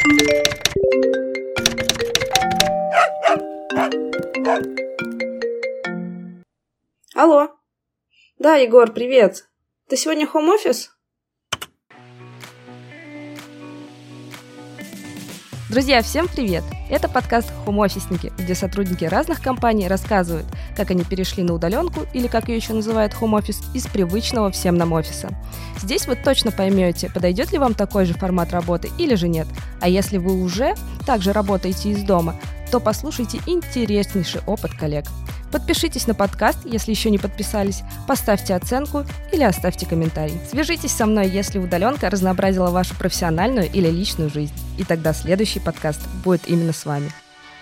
Алло. Да, Егор, привет. Ты сегодня хоум-офис? Друзья, всем привет! Это подкаст «Хоум-офисники», где сотрудники разных компаний рассказывают, как они перешли на удаленку, или, как ее еще называют, хоум-офис, из привычного всем нам офиса. Здесь вы точно поймете, подойдет ли вам такой же формат работы или же нет. А если вы уже также работаете из дома, то послушайте интереснейший опыт коллег. Подпишитесь на подкаст, если еще не подписались, поставьте оценку или оставьте комментарий. Свяжитесь со мной, если удаленка разнообразила вашу профессиональную или личную жизнь. И тогда следующий подкаст будет именно с вами.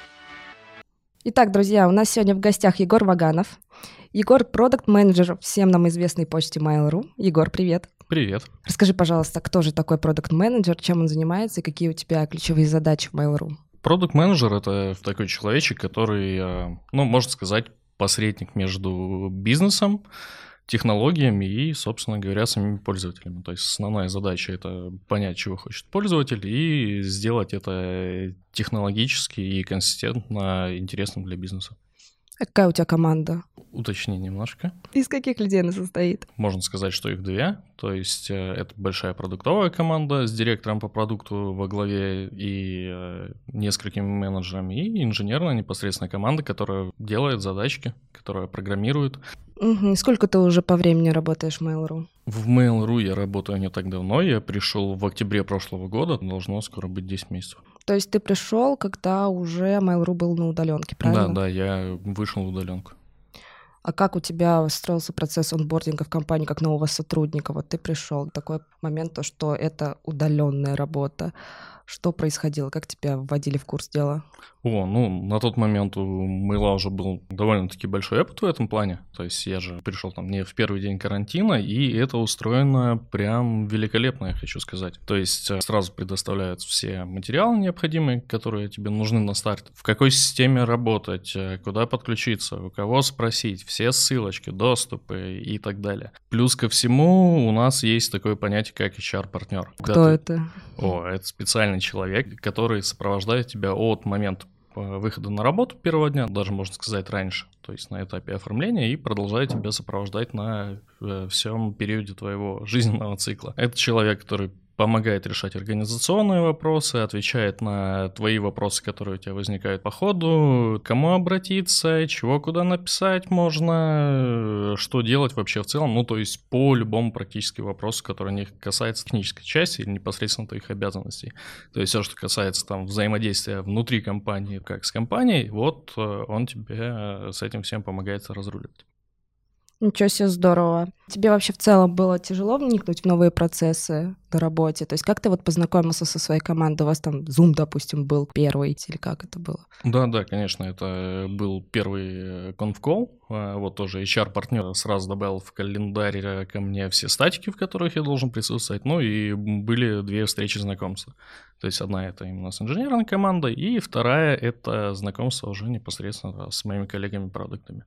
Итак, друзья, у нас сегодня в гостях Егор Ваганов. Егор – продакт-менеджер всем нам известной почте Mail.ru. Егор, привет. Привет. Расскажи, пожалуйста, кто же такой продакт-менеджер, чем он занимается и какие у тебя ключевые задачи в Mail.ru? Продакт-менеджер — это такой человечек, который, можно сказать, посредник между бизнесом, технологиями и, собственно говоря, самими пользователями. То есть основная задача — это понять, чего хочет пользователь, и сделать это технологически и консистентно интересным для бизнеса. А какая у тебя команда? Уточни немножко. Из каких людей она состоит? Можно сказать, что их две. То есть это большая продуктовая команда с директором по продукту во главе и несколькими менеджерами, и инженерная непосредственно команда, которая делает задачки, которая программирует. Угу. Сколько ты уже по времени работаешь в Mail.ru? В Mail.ru я работаю не так давно. Я пришел в октябре прошлого года. Должно скоро быть 10 месяцев. То есть ты пришел, когда уже Mail.ru был на удаленке, правильно? Да, я вышел в удаленку. А как у тебя строился процесс онбординга в компании как нового сотрудника? Вот ты пришел, такой момент, то, что это удаленная работа. Что происходило? Как тебя вводили в курс дела? На тот момент у Mail.ru уже был довольно-таки большой опыт в этом плане. То есть я же пришел там не в первый день карантина, и это устроено прям великолепно, я хочу сказать. То есть сразу предоставляют все материалы необходимые, которые тебе нужны на старте. В какой системе работать, куда подключиться, у кого спросить, все ссылочки, доступы и так далее. Плюс ко всему у нас есть такое понятие, как HR-партнер. Кто это? Это специальный человек, который сопровождает тебя от момента выхода на работу первого дня, даже можно сказать раньше, то есть на этапе оформления, и продолжает тебя сопровождать на всем периоде твоего жизненного цикла. Это человек, который помогает решать организационные вопросы, отвечает на твои вопросы, которые у тебя возникают по ходу, кому обратиться, чего куда написать можно, что делать вообще в целом, то есть по любому практически вопросу, который не касается технической части или непосредственно твоих обязанностей. То есть все, что касается там взаимодействия внутри компании, как с компанией, он тебе с этим всем помогает разруливать. Ничего себе, здорово. Тебе вообще в целом было тяжело вникнуть в новые процессы на работе? То есть как ты познакомился со своей командой? У вас там Zoom, допустим, был первый, или как это было? Да, конечно, это был первый конф-колл. Тоже HR-партнер сразу добавил в календарь ко мне все статики, в которых я должен присутствовать. И были 2 встречи знакомства. То есть одна — это именно с инженерной командой, и вторая — это знакомство уже непосредственно с моими коллегами-продуктами.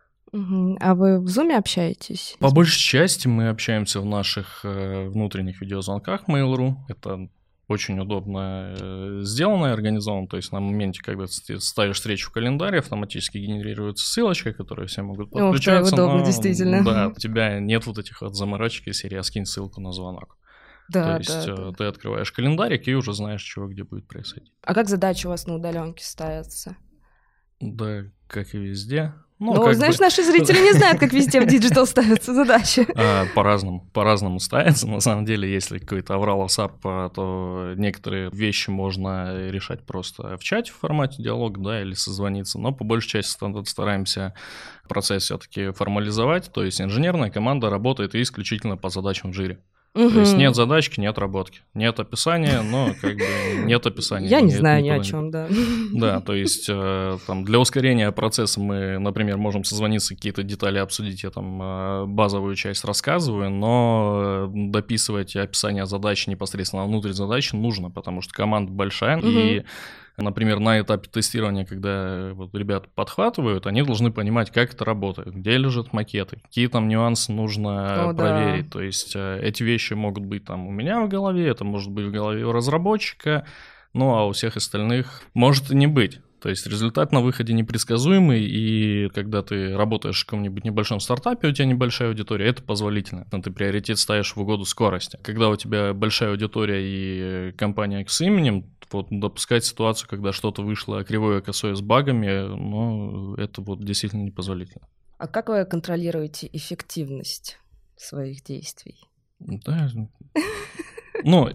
А вы в Zoom общаетесь? По большей части мы общаемся в наших внутренних видеозвонках Mail.ru. Это очень удобно сделано и организовано. То есть на моменте, когда ты ставишь встречу в календарь, автоматически генерируется ссылочка, которую все могут подключаться. Удобно, действительно. Да, у тебя нет этих заморочек из серии «скинь ссылку на звонок». Да, То есть ты открываешь календарик и уже знаешь, чего где будет происходить. А как задачи у вас на удаленке ставятся? Да, как и везде. Наши зрители не знают, как везде в диджитал ставятся задачи. По-разному ставятся. На самом деле, если какой-то аврал WhatsApp, то некоторые вещи можно решать просто в чате в формате диалога, или созвониться. Но по большей части стараемся процесс все-таки формализовать. То есть инженерная команда работает исключительно по задачам в жире. То есть нет задачки, нет отработки, нет описания, но нет описания. Я не знаю ни о чем, да. Да, то есть для ускорения процесса мы, например, можем созвониться, какие-то детали обсудить, я там базовую часть рассказываю, но дописывать описание задачи непосредственно внутрь задачи нужно, потому что команда большая, и например, на этапе тестирования, когда ребята подхватывают, они должны понимать, как это работает, где лежат макеты, какие там нюансы нужно проверить. То есть эти вещи могут быть там у меня в голове, это может быть в голове у разработчика, Ну, а у всех остальных может и не быть. То есть результат на выходе непредсказуемый, и когда ты работаешь в каком-нибудь небольшом стартапе, у тебя небольшая аудитория, это позволительно. Ты приоритет ставишь в угоду скорости. Когда у тебя большая аудитория и компания с именем, вот допускать ситуацию, когда что-то вышло кривое, косое с багами, ну, это вот действительно непозволительно. А как вы контролируете эффективность своих действий? Да, ну...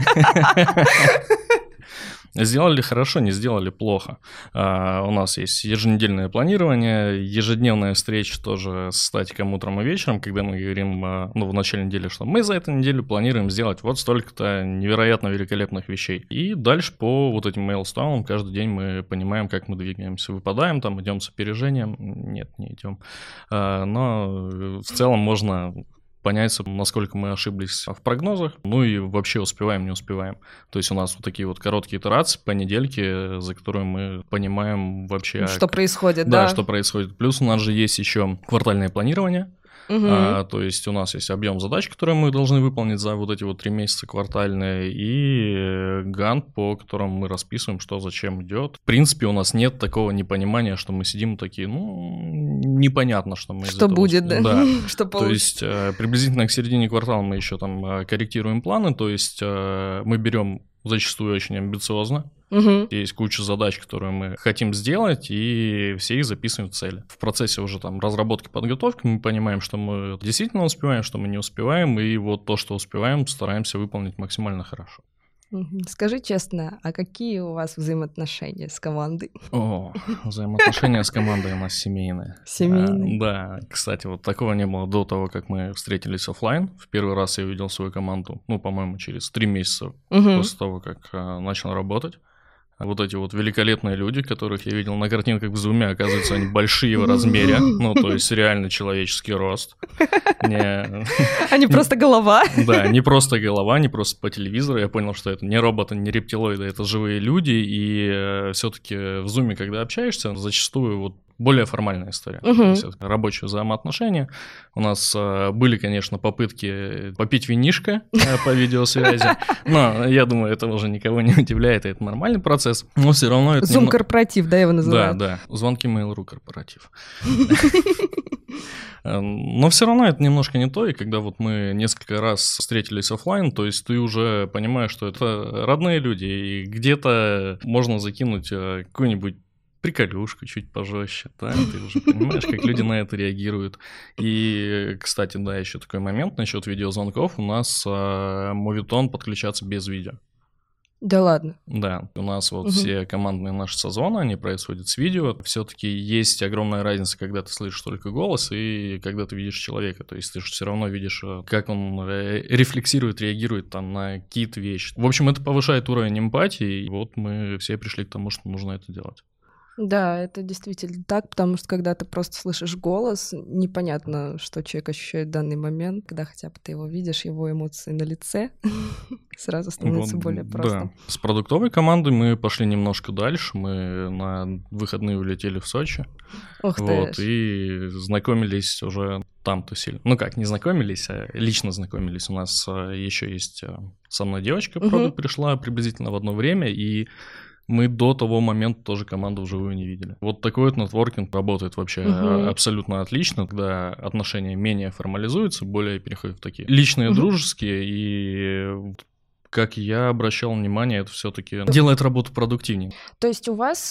Сделали хорошо, не сделали плохо. У нас есть еженедельное планирование, ежедневная встреча тоже с статиком утром и вечером, когда мы говорим в начале недели, что мы за эту неделю планируем сделать вот столько-то невероятно великолепных вещей. И дальше по вот этим мейлстоунам каждый день мы понимаем, как мы двигаемся. Выпадаем, там идем с опережением? Нет, не идем. Но в целом можно понять, насколько мы ошиблись в прогнозах, ну и вообще успеваем, не успеваем. То есть у нас вот такие вот короткие итерации по недельке, за которые мы понимаем вообще... Что происходит, да? Да, что происходит. Плюс у нас же есть еще квартальное планирование. То есть у нас есть объем задач, которые мы должны выполнить за вот эти вот 3 месяца квартальные, и гант, по которому мы расписываем, что зачем идет. В принципе, у нас нет такого непонимания, что мы сидим такие, непонятно, что мы из этого... Что будет, да? Что получится. То есть приблизительно к середине квартала мы еще там корректируем планы, то есть мы берем зачастую очень амбициозно. Есть куча задач, которые мы хотим сделать, и все их записываем в цели. В процессе уже там разработки, подготовки мы понимаем, что мы действительно успеваем, что мы не успеваем, и вот то, что успеваем, стараемся выполнить максимально хорошо. Скажи честно, а какие у вас взаимоотношения с командой? Взаимоотношения с командой у нас семейные. Семейные? Да, кстати, вот такого не было до того, как мы встретились офлайн. В первый раз я увидел свою команду, по-моему, через 3 месяца после того, как начал работать. Вот эти вот великолепные люди, которых я видел на картинках в зуме, оказывается, они большие в размере, то есть реально человеческий рост. Они просто голова. Да, не просто голова, не просто по телевизору. Я понял, что это не роботы, не рептилоиды, это живые люди, и все-таки в зуме, когда общаешься, зачастую вот более формальная история. То есть это рабочие взаимоотношения. У нас были, конечно, попытки попить винишко по видеосвязи, но я думаю, это уже никого не удивляет, и это нормальный процесс. Но все равно это... Зум-корпоратив, да, его называют? Да. Звонки Mail.ru корпоратив. Но все равно это немножко не то, и когда вот мы несколько раз встретились офлайн, то есть ты уже понимаешь, что это родные люди, и где-то можно закинуть какую-нибудь приколюшку чуть пожестче, да, ты уже понимаешь, как люди на это реагируют. И, кстати, да, еще такой момент насчет видеозвонков. У нас Movietone подключаться без видео. Да ладно? Да, у нас вот все командные наши созвоны, они происходят с видео. Все-таки есть огромная разница, когда ты слышишь только голос и когда ты видишь человека. То есть ты же все равно видишь, как он рефлексирует, реагирует там на какие-то вещи. В общем, это повышает уровень эмпатии, и вот мы все пришли к тому, что нужно это делать. Да, это действительно так, потому что когда ты просто слышишь голос, непонятно, что человек ощущает в данный момент. Когда хотя бы ты его видишь, его эмоции на лице, сразу становится более просто. Да. С продуктовой командой мы пошли немножко дальше. Мы на выходные улетели в Сочи. Ух ты. И знакомились уже там тусили. Ну как, не знакомились, а лично знакомились. У нас еще есть со мной девочка, правда, пришла приблизительно в одно время, и мы до того момента тоже команду вживую не видели. Вот такой вот нетворкинг работает вообще абсолютно отлично, когда отношения менее формализуются, более переходят в такие личные, дружеские, и как я обращал внимание, это все-таки делает работу продуктивнее. То есть у вас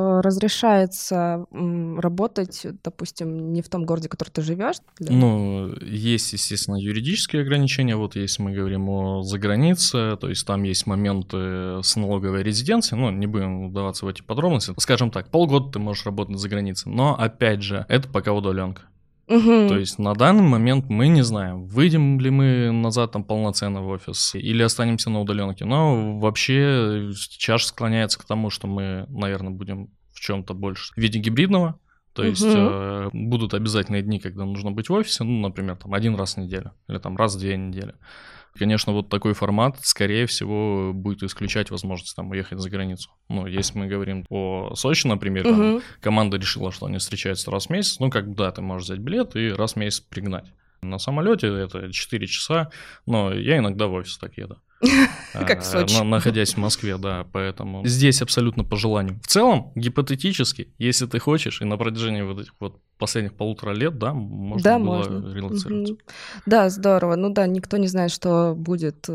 разрешается работать, допустим, не в том городе, в котором ты живешь? Ну, есть, естественно, юридические ограничения. Вот если мы говорим о загранице, то есть там есть моменты с налоговой резиденцией, ну, не будем вдаваться в эти подробности. Скажем так, полгода ты можешь работать за границей, но, опять же, это пока удаленка. То есть на данный момент мы не знаем, выйдем ли мы назад там полноценно в офис или останемся на удаленке. Но вообще чаша склоняется к тому, что мы, наверное, будем в чем-то больше в виде гибридного. То есть будут обязательные дни, когда нужно быть в офисе, ну, например, там 1 раз в неделю или там раз в 2 недели. Конечно, вот такой формат, скорее всего, будет исключать возможность там уехать за границу. Ну, если мы говорим о Сочи, например, там команда решила, что они встречаются раз в месяц, ну, как бы, да, ты можешь взять билет и раз в месяц пригнать. На самолете это 4 часа, но я иногда в офис так еду. Как в Сочи. Находясь в Москве, да, поэтому здесь абсолютно по желанию. В целом, гипотетически, если ты хочешь, и на протяжении вот этих вот последних 1,5 лет, да, можно было релоцироваться. Да, здорово. Ну да, никто не знает, что будет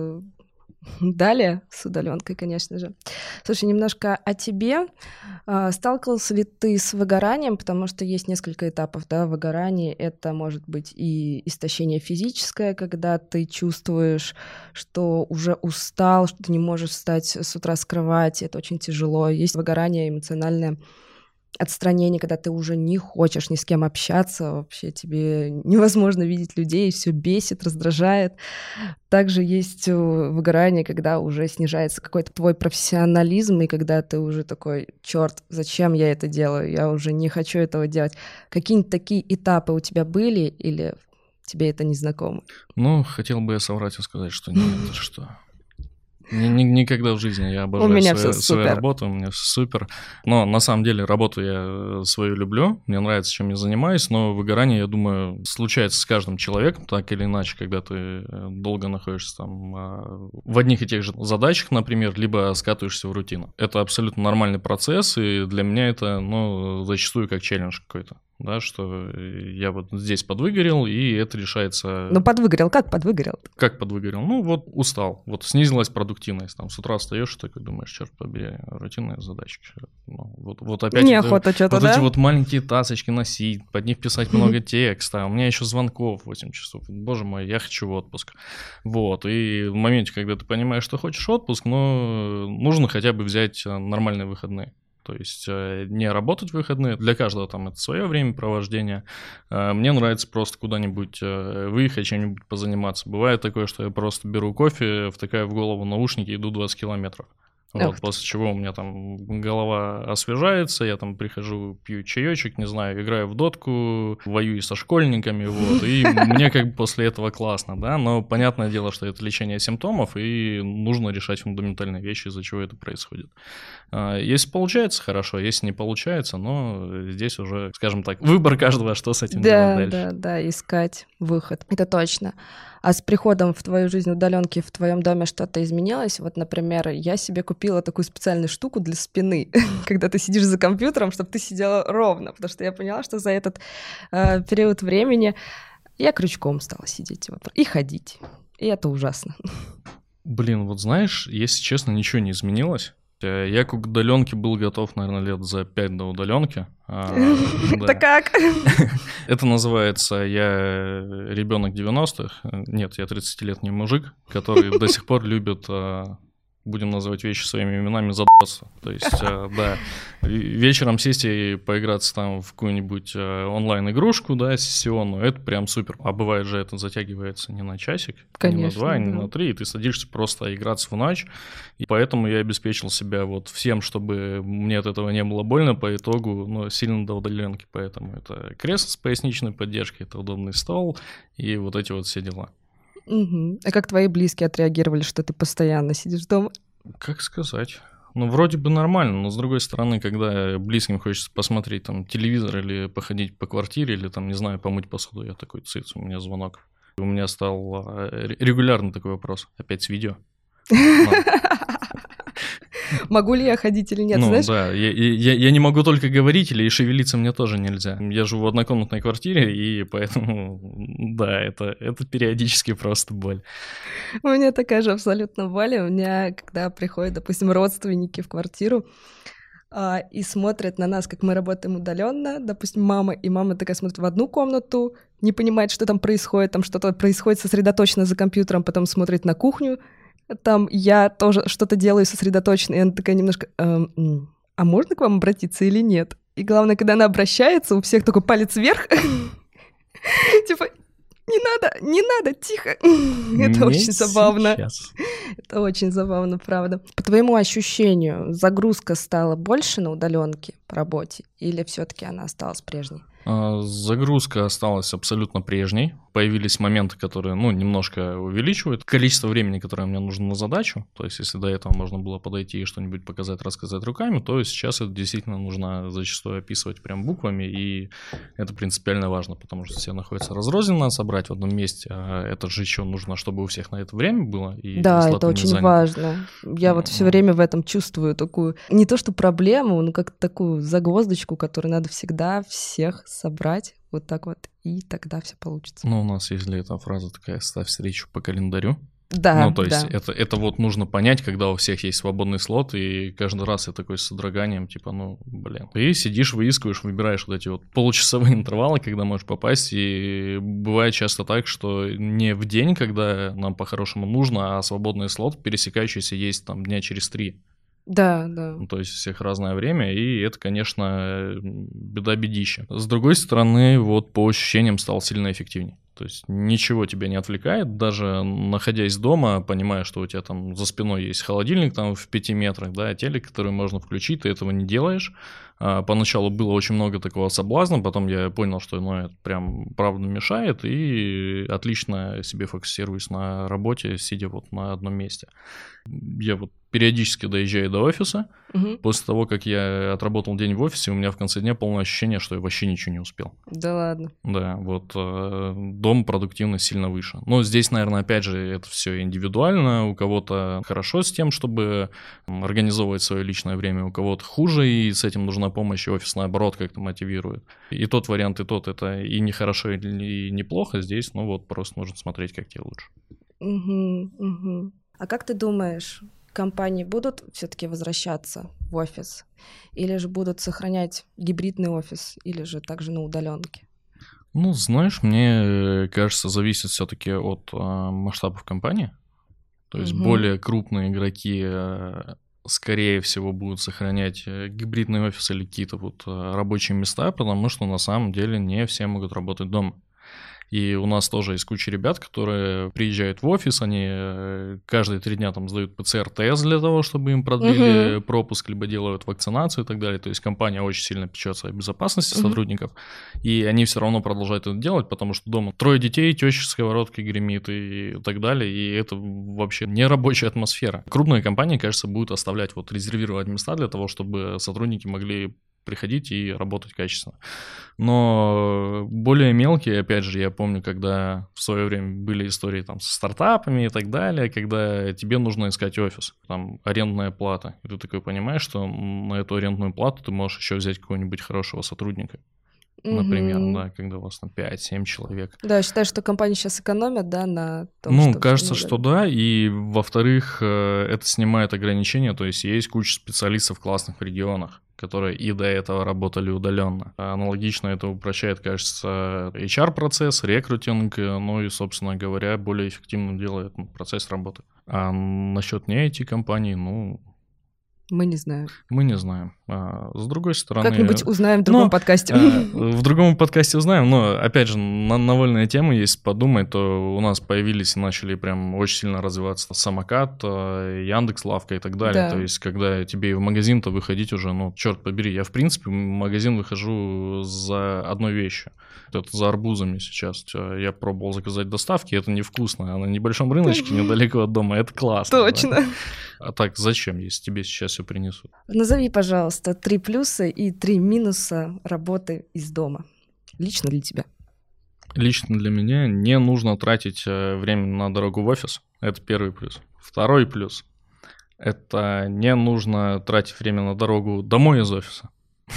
далее с удаленкой, конечно же. Слушай, немножко о тебе. Сталкивался ли ты с выгоранием? Потому что есть несколько этапов, да, выгорания. Это может быть и истощение физическое, когда ты чувствуешь, что уже устал, что ты не можешь встать с утра с кровати. Это очень тяжело. Есть выгорание эмоциональное, отстранение, когда ты уже не хочешь ни с кем общаться, вообще тебе невозможно видеть людей, все бесит, раздражает. Также есть выгорание, когда уже снижается какой-то твой профессионализм, и когда ты уже такой: черт, зачем я это делаю? Я уже не хочу этого делать. Какие-нибудь такие этапы у тебя были, или тебе это не знакомо? Ну, хотел бы я соврать и сказать, что нет, что... Никогда в жизни. Я обожаю свою работу, у меня все супер. Но на самом деле работу я свою люблю, мне нравится, чем я занимаюсь, но выгорание, я думаю, случается с каждым человеком, так или иначе, когда ты долго находишься там в одних и тех же задачах, например, либо скатываешься в рутину. Это абсолютно нормальный процесс, и для меня это, ну, зачастую как челлендж какой-то. Да, что я вот здесь подвыгорел, и это решается... Ну, подвыгорел, как подвыгорел? Как подвыгорел? Ну, вот устал, вот снизилась продуктивность, там, с утра встаешь, и такой думаешь, черт побери, рутинные задачки. Ну, вот опять... Неохота что-то, вот да? эти вот маленькие тасочки носить, под них писать много текста, у меня еще звонков 8 часов, боже мой, я хочу в отпуск. Вот, и в моменте, когда ты понимаешь, что хочешь отпуск, но нужно хотя бы взять нормальные выходные. То есть не работать в выходные, для каждого там это свое времяпровождение. Мне нравится просто куда-нибудь выехать, чем-нибудь позаниматься. Бывает такое, что я просто беру кофе, втыкаю в голову наушники, иду 20 километров. Вот, после чего у меня там голова освежается, я там прихожу, пью чаечек, не знаю, играю в дотку, воюю со школьниками, вот, и мне как бы после этого классно, да, но понятное дело, что это лечение симптомов, и нужно решать фундаментальные вещи, из-за чего это происходит. Если получается, хорошо, если не получается, но здесь уже, скажем так, выбор каждого, что с этим делать дальше. Да, искать выход, это точно. А с приходом в твою жизнь удаленки в твоем доме что-то изменилось? Вот, например, я себе купила такую специальную штуку для спины, когда ты сидишь за компьютером, чтобы ты сидела ровно, потому что я поняла, что за этот период времени я крючком стала сидеть и ходить, и это ужасно. Блин, вот знаешь, если честно, ничего не изменилось. Я к удаленке был готов, наверное, лет за 5 до удаленки. Это как? Это называется «Я ребенок 90-х». Нет, я 30-летний мужик, который до сих пор любит, будем называть вещи своими именами, задаться. То есть, да, вечером сесть и поиграться там в какую-нибудь онлайн-игрушку, да, сессионную, это прям супер. А бывает же, это затягивается не на часик, конечно, не на 2, не на 3, и ты садишься просто играться в ночь. И поэтому я обеспечил себя вот всем, чтобы мне от этого не было больно по итогу, но сильно до удаленки. Поэтому это кресло с поясничной поддержкой, это удобный стол и вот эти вот все дела. А как твои близкие отреагировали, что ты постоянно сидишь дома? Как сказать? Ну, вроде бы нормально, но с другой стороны, когда близким хочется посмотреть там телевизор или походить по квартире, или там, не знаю, помыть посуду, я такой, цыц, у меня звонок. У меня стал регулярный такой вопрос, опять с видео. Могу ли я ходить или нет? Ну, знаешь? Да, я не могу только говорить, или и шевелиться мне тоже нельзя. Я живу в однокомнатной квартире, и поэтому, да, это периодически просто боль. У меня такая же абсолютно боль. У меня, когда приходят, допустим, родственники в квартиру и смотрят на нас, как мы работаем удаленно, допустим, мама такая смотрит в одну комнату, не понимает, что там что-то происходит сосредоточенно за компьютером, потом смотрит на кухню, там я тоже что-то делаю сосредоточенно, и она такая немножко, а можно к вам обратиться или нет? И главное, когда она обращается, у всех такой палец вверх, типа, не надо, тихо. Это очень забавно. Это очень забавно, правда. По твоему ощущению, загрузка стала больше на удаленке по работе, или все-таки она осталась прежней? Загрузка осталась абсолютно прежней, появились моменты, которые, немножко увеличивают количество времени, которое мне нужно на задачу. То есть, если до этого можно было подойти и что-нибудь показать, рассказать руками, то сейчас это действительно нужно зачастую описывать прям буквами, и это принципиально важно, потому что все находятся разрозненно, собрать в одном месте, а это же еще нужно, чтобы у всех на это время было. И да, это очень важно. Я вот все время в этом чувствую такую, не то что проблему, но как такую загвоздочку, которую надо всегда всех собрать вот так вот, и тогда все получится. У нас есть для этого фраза такая: «Ставь встречу по календарю». Да, то есть это вот нужно понять, когда у всех есть свободный слот, и каждый раз я такой с содроганием, Ты сидишь, выискиваешь, выбираешь вот эти вот получасовые интервалы, когда можешь попасть, и бывает часто так, что не в день, когда нам по-хорошему нужно, а свободный слот пересекающийся есть там дня через 3. Да. То есть у всех разное время, и это, конечно, беда-бедища. С другой стороны, вот по ощущениям стал сильно эффективнее. То есть ничего тебя не отвлекает, даже находясь дома, понимая, что у тебя там за спиной есть холодильник там в 5 метрах, да, телек, который можно включить, ты этого не делаешь. Поначалу было очень много такого соблазна, потом я понял, что это прям правда мешает, и отлично себе фокусируюсь на работе, сидя вот на одном месте. Я вот периодически доезжаю до офиса. После того, как я отработал день в офисе, у меня в конце дня полное ощущение, что я вообще ничего не успел. Да ладно. Да, вот дом продуктивность сильно выше. Но здесь, наверное, опять же, это все индивидуально. У кого-то хорошо с тем, чтобы организовывать свое личное время, у кого-то хуже, и с этим нужна помощь, и офис, наоборот, как-то мотивирует. И тот вариант, и тот, это и не хорошо, и неплохо здесь, просто нужно смотреть, как тебе лучше. А как ты думаешь, компании будут все-таки возвращаться в офис? Или же будут сохранять гибридный офис, или же также на удаленке? Знаешь, мне кажется, зависит все-таки от масштабов компании. То есть более крупные игроки, скорее всего, будут сохранять гибридный офис или какие-то вот рабочие места, потому что на самом деле не все могут работать дома. И у нас тоже есть куча ребят, которые приезжают в офис, они каждые 3 дня там сдают ПЦР-тест для того, чтобы им продлили пропуск, либо делают вакцинацию и так далее. То есть компания очень сильно печется о безопасности сотрудников, и они все равно продолжают это делать, потому что дома 3 детей, теща сковородкой гремит и так далее, и это вообще не рабочая атмосфера. Крупные компании, кажется, будут оставлять, резервировать места для того, чтобы сотрудники могли приходить и работать качественно. Но более мелкие, опять же, я помню, когда в свое время были истории там со стартапами и так далее, когда тебе нужно искать офис, там арендная плата, и ты такой понимаешь, что на эту арендную плату ты можешь еще взять какого-нибудь хорошего сотрудника. Например, да, когда у вас там 5-7 человек. Да, считаю, что компании сейчас экономят, да, на том, кажется, что да, и во-вторых, это снимает ограничения, то есть есть куча специалистов в классных регионах, которые и до этого работали удаленно. Аналогично это упрощает, кажется, HR-процесс, рекрутинг, и, собственно говоря, более эффективным делает процесс работы. А насчет не IT-компаний, мы не знаем. Мы не знаем. С другой стороны... Как-нибудь узнаем в другом подкасте. В другом подкасте узнаем, но, опять же, на вольные темы, если подумать, то у нас появились и начали прям очень сильно развиваться Самокат, Яндекс.Лавка и так далее. Да. То есть, когда тебе в магазин-то выходить уже, черт побери, я, в принципе, в магазин выхожу за одной вещью. Это за арбузами сейчас. Я пробовал заказать доставки, это невкусно. А на небольшом рыночке недалеко от дома, это классно. Точно. Да? А так зачем, если тебе сейчас все принесут? Назови, пожалуйста, 3 плюса и 3 минуса работы из дома. Лично для тебя. Лично для меня не нужно тратить время на дорогу в офис. Это первый плюс. Второй плюс – это не нужно тратить время на дорогу домой из офиса.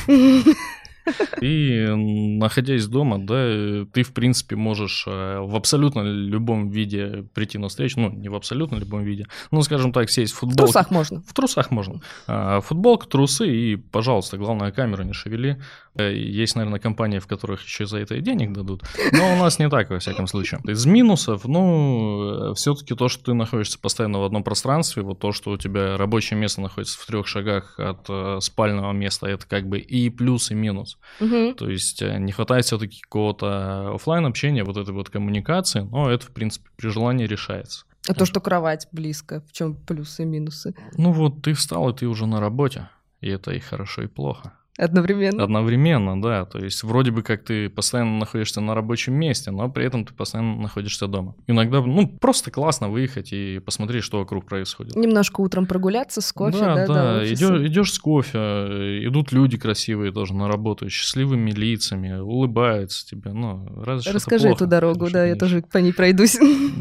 И, находясь дома, да, ты, в принципе, можешь в абсолютно любом виде прийти на встречу, не в абсолютно любом виде, скажем так, сесть в футболку. В трусах можно. В трусах можно. Футболка, трусы и, пожалуйста, главное, камеру не шевели. Есть, наверное, компании, в которых еще за это и денег дадут, но у нас не так, во всяком случае. Из минусов, все-таки то, что ты находишься постоянно в одном пространстве, вот то, что у тебя рабочее место находится в 3 шагах от спального места, это как бы и плюс, и минус. То есть не хватает все-таки какого-то офлайн общения, вот этой вот коммуникации, но это, в принципе, при желании решается. А то, что кровать близко, в чем плюсы и минусы? Ты встал, и ты уже на работе, и это и хорошо, и плохо. Одновременно. Одновременно, да. То есть вроде бы как ты постоянно находишься на рабочем месте, но при этом ты постоянно находишься дома. Иногда, просто классно выехать и посмотреть, что вокруг происходит. Немножко утром прогуляться с кофе, да, до офиса. Идешь с кофе, идут люди красивые тоже на работу, счастливыми лицами, улыбаются тебе. Разве что Расскажи эту дорогу, да, я тоже по ней пройдусь.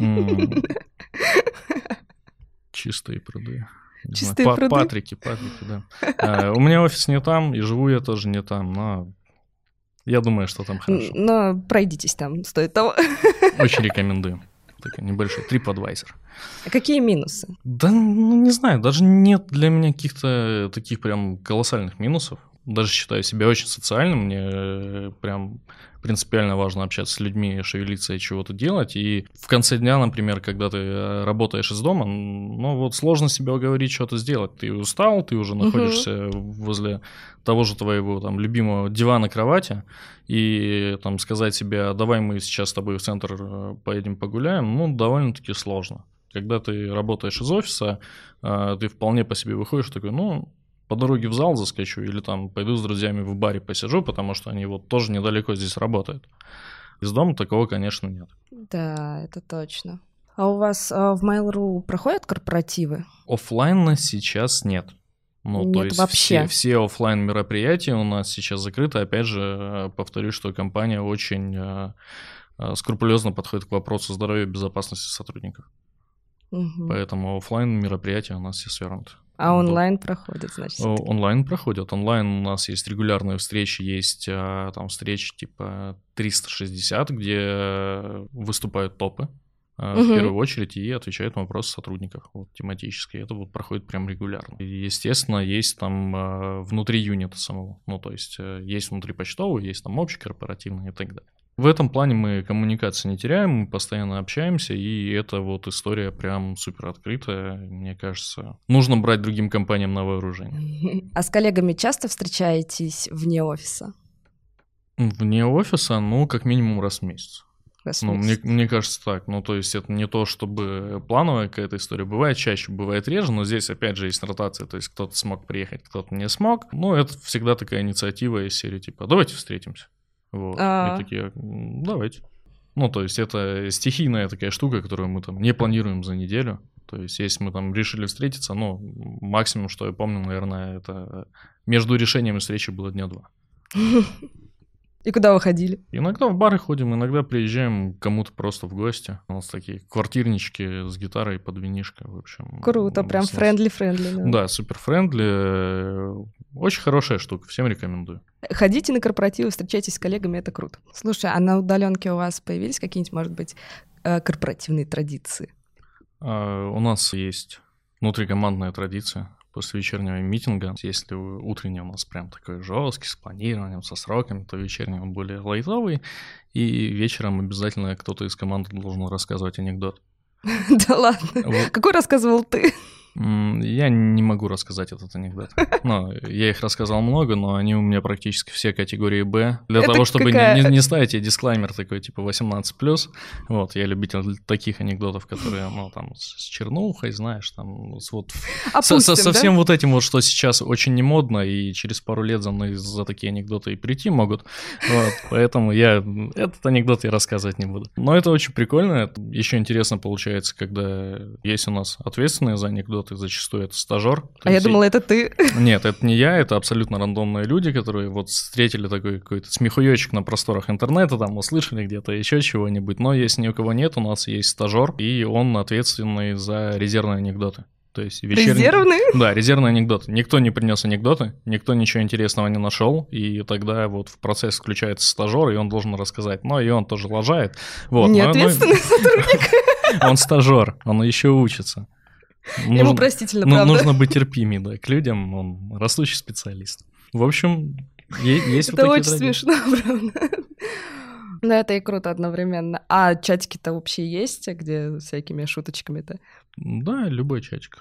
Чистые пруды. Чистые пруды? Патрики, да. У меня офис не там, и живу я тоже не там, но я думаю, что там хорошо. Но пройдитесь там, стоит того. Очень рекомендую. Такой небольшой TripAdvisor. А какие минусы? Да, не знаю, даже нет для меня каких-то таких прям колоссальных минусов. Даже считаю себя очень социальным, мне прям принципиально важно общаться с людьми, шевелиться и чего-то делать. И в конце дня, например, когда ты работаешь из дома, сложно себя уговорить что-то сделать. Ты устал, ты уже находишься возле того же твоего там любимого дивана, кровати, и там сказать себе: давай мы сейчас с тобой в центр поедем погуляем, довольно-таки сложно. Когда ты работаешь из офиса, ты вполне по себе выходишь такой, по дороге в зал заскочу или там пойду с друзьями в баре посижу, потому что они тоже недалеко здесь работают. Из дома такого, конечно, нет. Да, это точно. А у вас в Mail.ru проходят корпоративы? Оффлайна сейчас нет. Нет, то есть вообще. все оффлайн мероприятия у нас сейчас закрыты. Опять же, повторюсь, что компания очень скрупулезно подходит к вопросу здоровья и безопасности сотрудников. Поэтому оффлайн мероприятия у нас все свернуты. А онлайн проходят, значит? Онлайн проходят. Онлайн у нас есть регулярные встречи, есть там встречи типа 360, где выступают топы в первую очередь и отвечают на вопросы сотрудников тематические. Это проходит прям регулярно. И, естественно, есть там внутри юнита самого. То есть есть внутри почтового, есть там общекорпоративный и так далее. В этом плане мы коммуникации не теряем, мы постоянно общаемся, и эта история прям супер открытая, мне кажется. Нужно брать другим компаниям на вооружение. А с коллегами часто встречаетесь вне офиса? Вне офиса, как минимум раз в месяц. Мне кажется так. То есть это не то, чтобы плановая какая-то история. Бывает чаще, бывает реже, но здесь опять же есть ротация. То есть кто-то смог приехать, кто-то не смог. Это всегда такая инициатива из серии типа «давайте встретимся». И такие, давайте. То есть это стихийная такая штука, которую мы там не планируем за неделю. То есть если мы там решили встретиться, максимум, что я помню, наверное, это между решением и встречей было дня 2. И куда вы ходили? Иногда в бары ходим, иногда приезжаем к кому-то просто в гости. У нас такие квартирнички с гитарой под винишко, в общем. Круто, прям френдли-френдли. Да, супер френдли. Очень хорошая штука, всем рекомендую. Ходите на корпоративы, встречайтесь с коллегами, это круто. Слушай, а на удаленке у вас появились какие-нибудь, может быть, корпоративные традиции? У нас есть внутрикомандная традиция. После вечернего митинга, если утренний у нас прям такой жесткий, с планированием, со сроками, то вечерний он более лайтовый, и вечером обязательно кто-то из команды должен рассказывать анекдот. Да ладно? Какой рассказывал ты? Я не могу рассказать этот анекдот. Я их рассказал много, но они у меня практически все категории «Б». Для того, чтобы не ставить дисклаймер такой, типа 18+. Я любитель таких анекдотов, которые, там, с чернухой, знаешь, там, со всем этим, что сейчас очень не модно, и через пару лет за мной за такие анекдоты и прийти могут. Поэтому этот анекдот я рассказывать не буду. Но это очень прикольно. Еще интересно получается, когда есть у нас ответственные за анекдоты, зачастую это стажер. Я думала, это ты. Нет, это не я, это абсолютно рандомные люди, которые встретили такой какой-то смехуёчек на просторах интернета, там услышали где-то еще чего-нибудь. Но если ни у кого нет, у нас есть стажер, и он ответственный за резервные анекдоты. То есть резервные? Да, резервные анекдоты. Никто не принес анекдоты, никто ничего интересного не нашел, и тогда в процесс включается стажер, и он должен рассказать. И он тоже лажает. Неответственный сотрудник. Он стажер, он еще учится. Ему простительно, правда. Нужно быть терпимее, к людям, он растущий специалист. В общем, есть это очень смешно, правда. Но это и круто одновременно. А чатики-то вообще есть, где всякими шуточками-то? Да, любой чатик.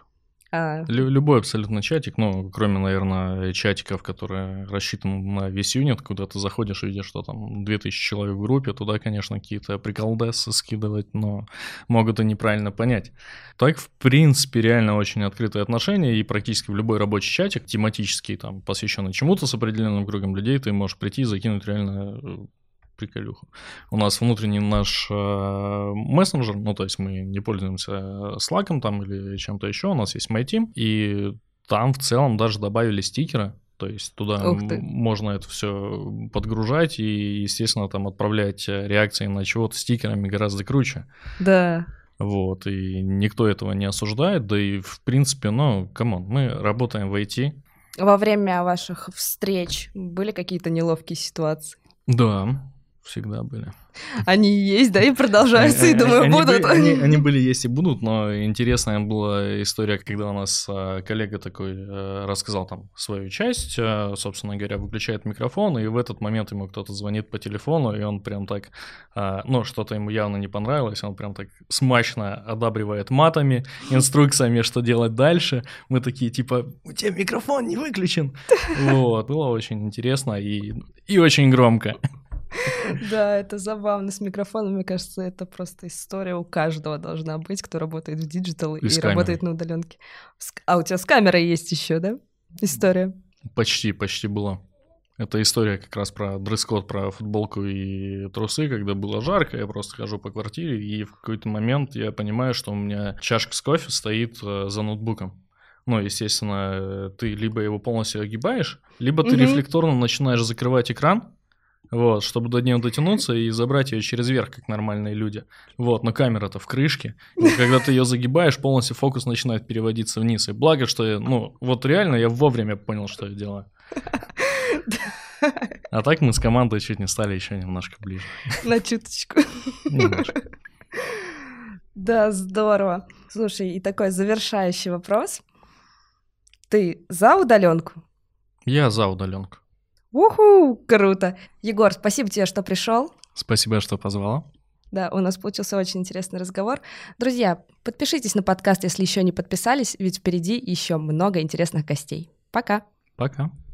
Любой абсолютно чатик, ну, кроме, наверное, чатиков, которые рассчитаны на весь юнит, куда ты заходишь и видишь, что там 2000 человек в группе, туда, конечно, какие-то приколдесы скидывать, но могут и неправильно понять. Так, в принципе, реально очень открытые отношения, и практически в любой рабочий чатик, тематический, там, посвященный чему-то с определенным кругом людей, ты можешь прийти и закинуть реально приколюху. У нас внутренний наш мессенджер, ну, то есть мы не пользуемся Slack'ом там или чем-то еще, у нас есть MyTeam, и там в целом даже добавили стикеры, то есть туда можно это все подгружать и, естественно, там отправлять реакции на чего-то стикерами гораздо круче. Да. Вот, и никто этого не осуждает, да и, в принципе, ну, камон, мы работаем в IT. Во время ваших встреч были какие-то неловкие ситуации? Да. Всегда были. Они есть, да, и продолжаются, и думаю, будут. Они были, есть и будут, но интересная была история, когда у нас коллега такой рассказал там свою часть, собственно говоря, выключает микрофон, и в этот момент ему кто-то звонит по телефону, и он прям так, ну, что-то ему явно не понравилось, он прям так смачно одабривает матами, инструкциями, что делать дальше. Мы такие, типа, у тебя микрофон не выключен. Вот, было очень интересно и очень громко. Да, это забавно с микрофоном, мне кажется, это просто история у каждого должна быть, кто работает в диджитал и работает на удаленке. А у тебя с камерой есть еще, да, история? Почти была. Это история как раз про дресс-код, про футболку и трусы, когда было жарко, я просто хожу по квартире, и в какой-то момент я понимаю, что у меня чашка с кофе стоит за ноутбуком. Ну, естественно, ты либо его полностью огибаешь, либо ты рефлекторно начинаешь закрывать экран, вот, чтобы до нее дотянуться и забрать ее через верх, как нормальные люди. Вот, но камера-то в крышке, и когда ты ее загибаешь, полностью фокус начинает переводиться вниз. И благо, что я, ну, вот реально я вовремя понял, что я делаю. А так мы с командой чуть не стали еще немножко ближе. На чуточку. Немножко. Да, здорово. Слушай, и такой завершающий вопрос. Ты за удаленку? Я за удаленку. Уху, круто. Егор, спасибо тебе, что пришел. Спасибо, что позвала. Да, у нас получился очень интересный разговор. Друзья, подпишитесь на подкаст, если еще не подписались, ведь впереди еще много интересных гостей. Пока. Пока.